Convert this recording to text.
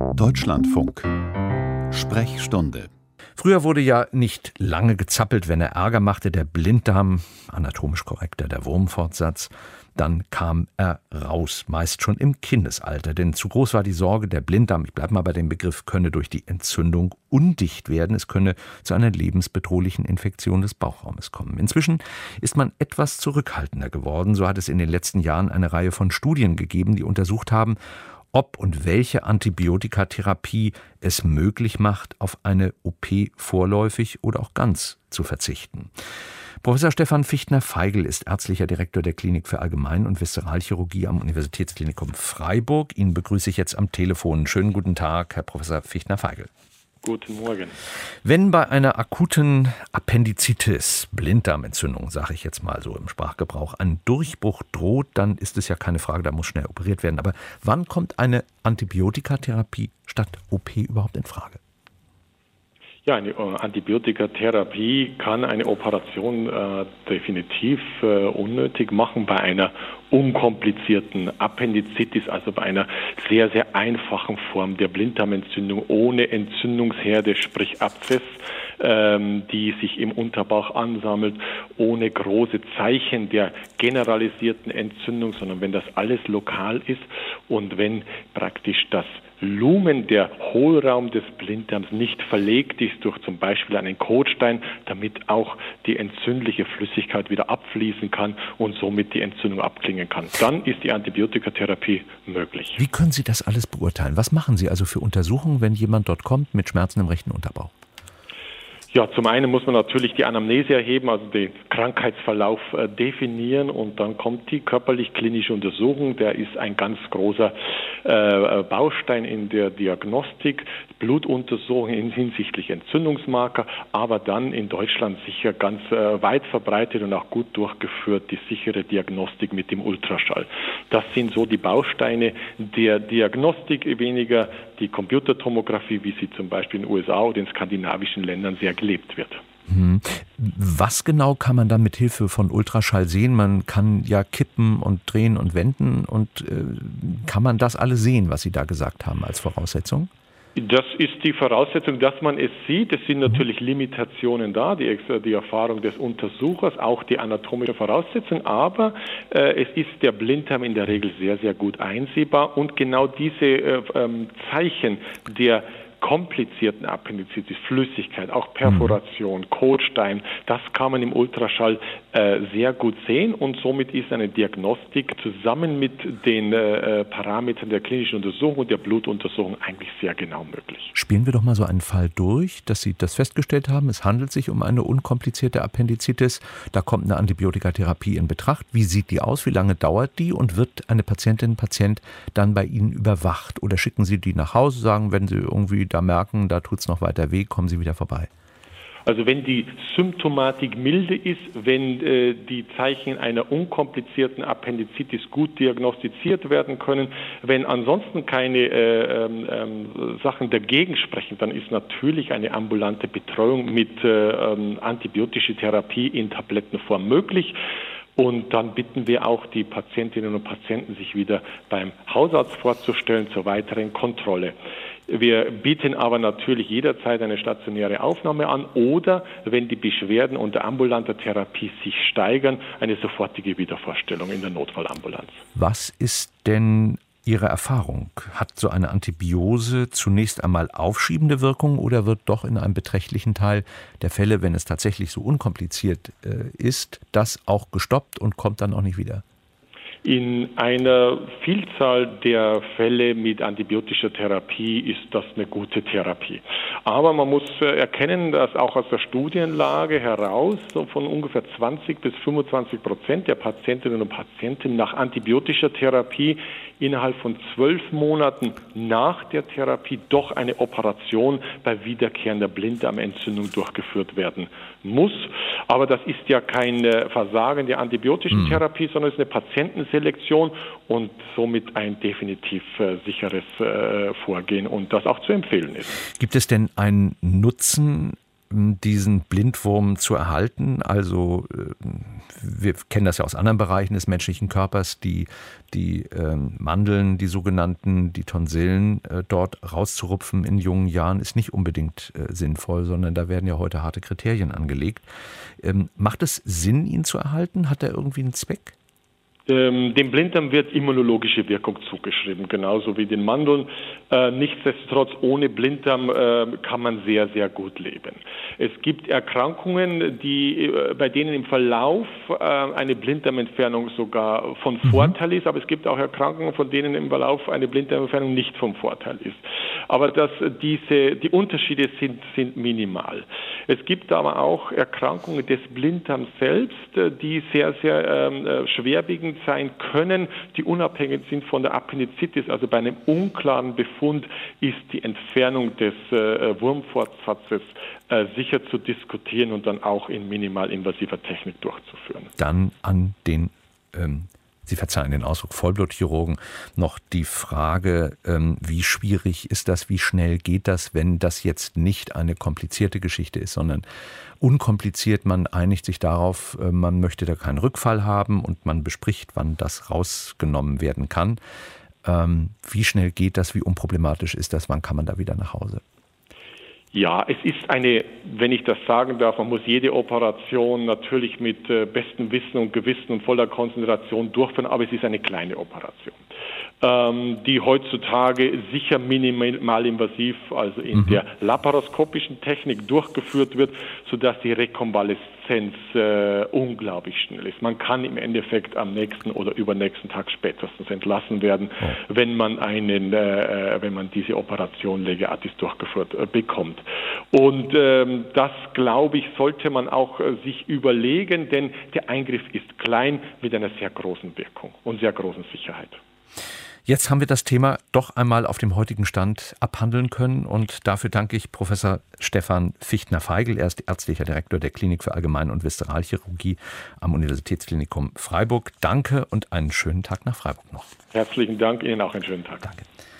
Deutschlandfunk. Sprechstunde. Früher wurde ja nicht lange gezappelt, wenn er Ärger machte. Der Blinddarm, anatomisch korrekter, der Wurmfortsatz. Dann kam er raus, meist schon im Kindesalter. Denn zu groß war die Sorge, der Blinddarm, ich bleibe mal bei dem Begriff, könne durch die Entzündung undicht werden. Es könne zu einer lebensbedrohlichen Infektion des Bauchraumes kommen. Inzwischen ist man etwas zurückhaltender geworden. So hat es in den letzten Jahren eine Reihe von Studien gegeben, die untersucht haben, ob und welche Antibiotikatherapie es möglich macht, auf eine OP vorläufig oder auch ganz zu verzichten. Professor Stefan Fichtner-Feigl ist ärztlicher Direktor der Klinik für Allgemein- und Viszeralchirurgie am Universitätsklinikum Freiburg. Ihn begrüße ich jetzt am Telefon. Schönen guten Tag, Herr Professor Fichtner-Feigl. Guten Morgen. Wenn bei einer akuten Appendizitis, Blinddarmentzündung, sage ich jetzt mal so im Sprachgebrauch, ein Durchbruch droht, dann ist es ja keine Frage, da muss schnell operiert werden. Aber wann kommt eine Antibiotikatherapie statt OP überhaupt in Frage? Ja, eine Antibiotikatherapie kann eine Operation definitiv unnötig machen bei einer unkomplizierten Appendizitis, also bei einer sehr, sehr einfachen Form der Blinddarmentzündung ohne Entzündungsherde, sprich Abszess, die sich im Unterbauch ansammelt, ohne große Zeichen der generalisierten Entzündung, sondern wenn das alles lokal ist und wenn praktisch das Lumen, der Hohlraum des Blinddarms nicht verlegt ist durch zum Beispiel einen Kotstein, damit auch die entzündliche Flüssigkeit wieder abfließen kann und somit die Entzündung abklingen kann. Dann ist die Antibiotikatherapie möglich. Wie können Sie das alles beurteilen? Was machen Sie also für Untersuchungen, wenn jemand dort kommt mit Schmerzen im rechten Unterbauch? Ja, zum einen muss man natürlich die Anamnese erheben, also den Krankheitsverlauf definieren und dann kommt die körperlich-klinische Untersuchung. Der ist ein ganz großer Baustein in der Diagnostik, Blutuntersuchungen hinsichtlich Entzündungsmarker, aber dann in Deutschland sicher ganz weit verbreitet und auch gut durchgeführt die sichere Diagnostik mit dem Ultraschall. Das sind so die Bausteine der Diagnostik, weniger die Computertomographie, wie sie zum Beispiel in den USA oder in skandinavischen Ländern sehr gelebt wird. Was genau kann man dann mit Hilfe von Ultraschall sehen? Man kann ja kippen und drehen und wenden und kann man das alles sehen, was Sie da gesagt haben als Voraussetzung? Das ist die Voraussetzung, dass man es sieht. Es sind natürlich Limitationen da, die Erfahrung des Untersuchers, auch die anatomische Voraussetzung, aber es ist der Blinddarm in der Regel sehr, sehr gut einsehbar und genau diese Zeichen der komplizierten Appendizitis, Flüssigkeit, auch Perforation, Kotstein, das kann man im Ultraschall sehr gut sehen und somit ist eine Diagnostik zusammen mit den Parametern der klinischen Untersuchung und der Blutuntersuchung eigentlich sehr genau möglich. Spielen wir doch mal so einen Fall durch, dass Sie das festgestellt haben. Es handelt sich um eine unkomplizierte Appendizitis. Da kommt eine Antibiotikatherapie in Betracht. Wie sieht die aus? Wie lange dauert die? Und wird eine Patientin, Patient dann bei Ihnen überwacht? Oder schicken Sie die nach Hause, sagen, wenn Sie irgendwie da merken, da tut es noch weiter weh, kommen Sie wieder vorbei? Also wenn die Symptomatik milde ist, wenn die Zeichen einer unkomplizierten Appendizitis gut diagnostiziert werden können, wenn ansonsten keine Sachen dagegen sprechen, dann ist natürlich eine ambulante Betreuung mit antibiotischer Therapie in Tablettenform möglich. Und dann bitten wir auch die Patientinnen und Patienten, sich wieder beim Hausarzt vorzustellen zur weiteren Kontrolle. Wir bieten aber natürlich jederzeit eine stationäre Aufnahme an oder, wenn die Beschwerden unter ambulanter Therapie sich steigern, eine sofortige Wiedervorstellung in der Notfallambulanz. Was ist denn Ihre Erfahrung? Hat so eine Antibiose zunächst einmal aufschiebende Wirkung oder wird doch in einem beträchtlichen Teil der Fälle, wenn es tatsächlich so unkompliziert ist, das auch gestoppt und kommt dann auch nicht wieder? In einer Vielzahl der Fälle mit antibiotischer Therapie ist das eine gute Therapie. Aber man muss erkennen, dass auch aus der Studienlage heraus so von ungefähr 20-25% der Patientinnen und Patienten nach antibiotischer Therapie innerhalb von 12 Monaten nach der Therapie doch eine Operation bei wiederkehrender Blinddarmentzündung durchgeführt werden muss. Aber das ist ja kein Versagen der antibiotischen Therapie, sondern es ist eine Patientenselektion und somit ein definitiv sicheres Vorgehen und das auch zu empfehlen ist. Gibt es denn einen Nutzen diesen Blindwurm zu erhalten? Also wir kennen das ja aus anderen Bereichen des menschlichen Körpers, die Mandeln, die sogenannten, die Tonsillen dort rauszurupfen in jungen Jahren ist nicht unbedingt sinnvoll, sondern da werden ja heute harte Kriterien angelegt. Macht es Sinn, ihn zu erhalten? Hat er irgendwie einen Zweck? Dem Blinddarm wird immunologische Wirkung zugeschrieben, genauso wie den Mandeln. Nichtsdestotrotz, ohne Blinddarm kann man sehr, sehr gut leben. Es gibt Erkrankungen, bei denen im Verlauf eine Blinddarmentfernung sogar von Vorteil ist, aber es gibt auch Erkrankungen, von denen im Verlauf eine Blinddarmentfernung nicht vom Vorteil ist. Aber die Unterschiede sind minimal. Es gibt aber auch Erkrankungen des Blinddarms selbst, die sehr, sehr schwerwiegend sein können, die unabhängig sind von der Appendizitis. Also bei einem unklaren Befund ist die Entfernung des Wurmfortsatzes sicher zu diskutieren und dann auch in minimalinvasiver Technik durchzuführen. Dann an den Sie verzeihen den Ausdruck Vollblutchirurgen, noch die Frage, wie schwierig ist das, wie schnell geht das, wenn das jetzt nicht eine komplizierte Geschichte ist, sondern unkompliziert, man einigt sich darauf, man möchte da keinen Rückfall haben und man bespricht, wann das rausgenommen werden kann. Wie schnell geht das, wie unproblematisch ist das, wann kann man da wieder nach Hause? Ja, es ist wenn ich das sagen darf, man muss jede Operation natürlich mit bestem Wissen und Gewissen und voller Konzentration durchführen, aber es ist eine kleine Operation, die heutzutage sicher minimalinvasiv, also in der laparoskopischen Technik durchgeführt wird, sodass die Rekonvaleszenz unglaublich schnell ist. Man kann im Endeffekt am nächsten oder übernächsten Tag spätestens entlassen werden, wenn man diese Operation Lega Artis durchgeführt bekommt. Und das, glaube ich, sollte man auch sich überlegen, denn der Eingriff ist klein mit einer sehr großen Wirkung und sehr großen Sicherheit. Jetzt haben wir das Thema doch einmal auf dem heutigen Stand abhandeln können und dafür danke ich Professor Stefan Fichtner-Feigl. Er ist ärztlicher Direktor der Klinik für Allgemein- und Viszeralchirurgie am Universitätsklinikum Freiburg. Danke und einen schönen Tag nach Freiburg noch. Herzlichen Dank, Ihnen auch einen schönen Tag. Danke.